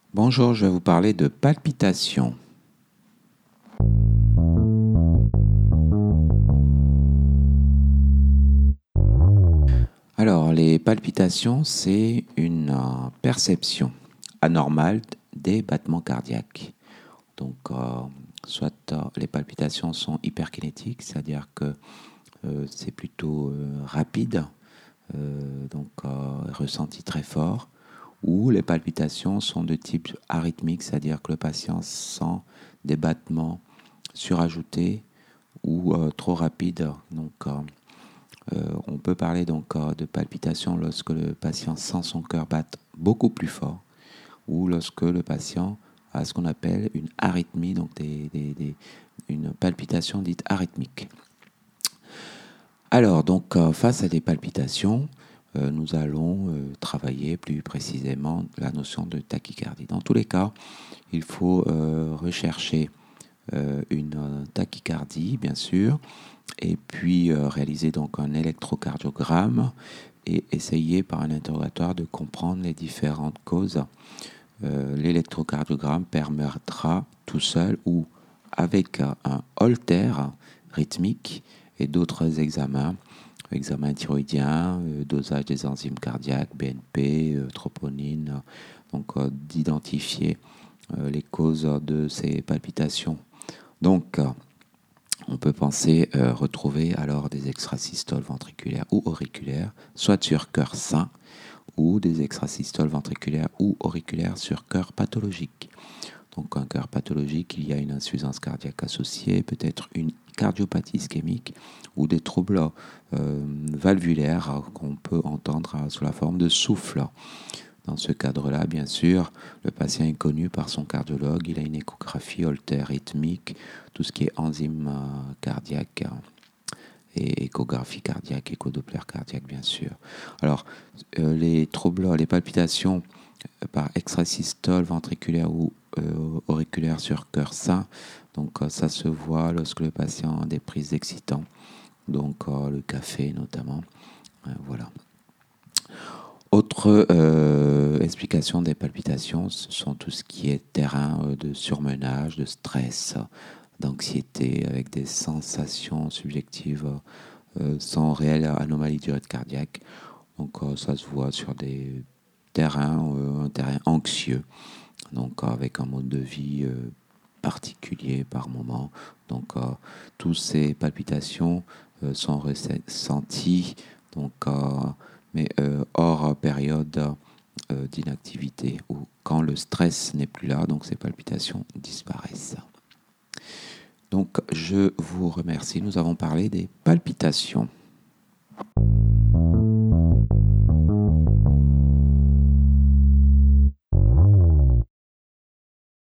Bonjour, je vais vous parler de palpitations. Alors, les palpitations, c'est une perception anormale des battements cardiaques. Donc, les palpitations sont hyperkinétiques, c'est-à-dire que c'est plutôt rapide, ressenti très fort, ou les palpitations sont de type arythmique, c'est-à-dire que le patient sent des battements surajoutés ou trop rapides. On peut parler de palpitations lorsque le patient sent son cœur battre beaucoup plus fort ou lorsque le patient a ce qu'on appelle une arythmie, une palpitation dite arythmique. Alors, face à des palpitations, nous allons travailler plus précisément la notion de tachycardie. Dans tous les cas, il faut rechercher une tachycardie, bien sûr, et puis réaliser donc un électrocardiogramme et essayer par un interrogatoire de comprendre les différentes causes. L'électrocardiogramme permettra tout seul ou avec un holter rythmique et d'autres examens, examen thyroïdien, dosage des enzymes cardiaques, BNP, troponine, d'identifier les causes de ces palpitations. On peut penser retrouver alors des extrasystoles ventriculaires ou auriculaires, soit sur cœur sain, ou des extrasystoles ventriculaires ou auriculaires sur cœur pathologique. Donc un cœur pathologique, il y a une insuffisance cardiaque associée, peut-être une cardiopathie ischémique ou des troubles valvulaires qu'on peut entendre sous la forme de souffle. Dans ce cadre-là, bien sûr, le patient est connu par son cardiologue, il a une échographie holter rythmique, tout ce qui est enzyme cardiaque et échographie cardiaque, échodoppler cardiaque, bien sûr. Alors, les troubles, les palpitations par extrasystole ventriculaire ou auriculaire sur cœur sain, ça se voit lorsque le patient a des prises d'excitants, le café notamment. Voilà. Autre explication des palpitations, ce sont tout ce qui est terrain de surmenage, de stress, d'anxiété, avec des sensations subjectives sans réelle anomalie du rythme cardiaque. Ça se voit sur des terrains, un terrain anxieux, avec un mode de vie particulier par moment. Toutes ces palpitations sont ressenties mais hors période d'inactivité ou quand le stress n'est plus là, donc ces palpitations disparaissent. Donc je vous remercie, nous avons parlé des palpitations.